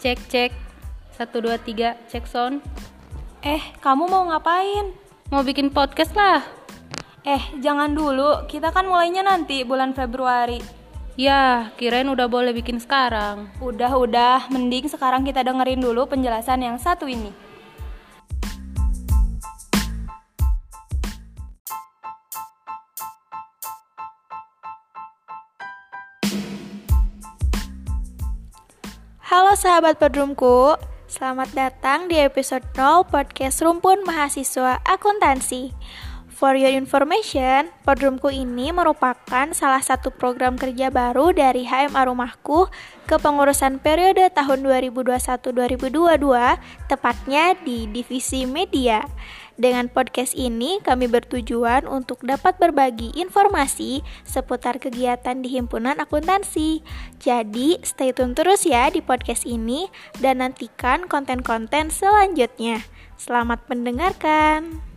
Cek cek 1 2 3 cek sound. Kamu mau ngapain? Mau bikin podcast lah. Jangan dulu, kita kan mulainya nanti bulan Februari. Ya, kirain udah boleh bikin sekarang. Udah, mending sekarang kita dengerin dulu penjelasan yang satu ini. Halo sahabat Podroomku, selamat datang di episode 0 podcast Rumpun Mahasiswa Akuntansi. For your information, Podroomku ini merupakan salah satu program kerja baru dari HMA Rumahku kepengurusan periode tahun 2021-2022, tepatnya di Divisi Media. Dengan podcast ini, kami bertujuan untuk dapat berbagi informasi seputar kegiatan di Himpunan Akuntansi. Jadi, stay tune terus ya di podcast ini dan nantikan konten-konten selanjutnya. Selamat mendengarkan.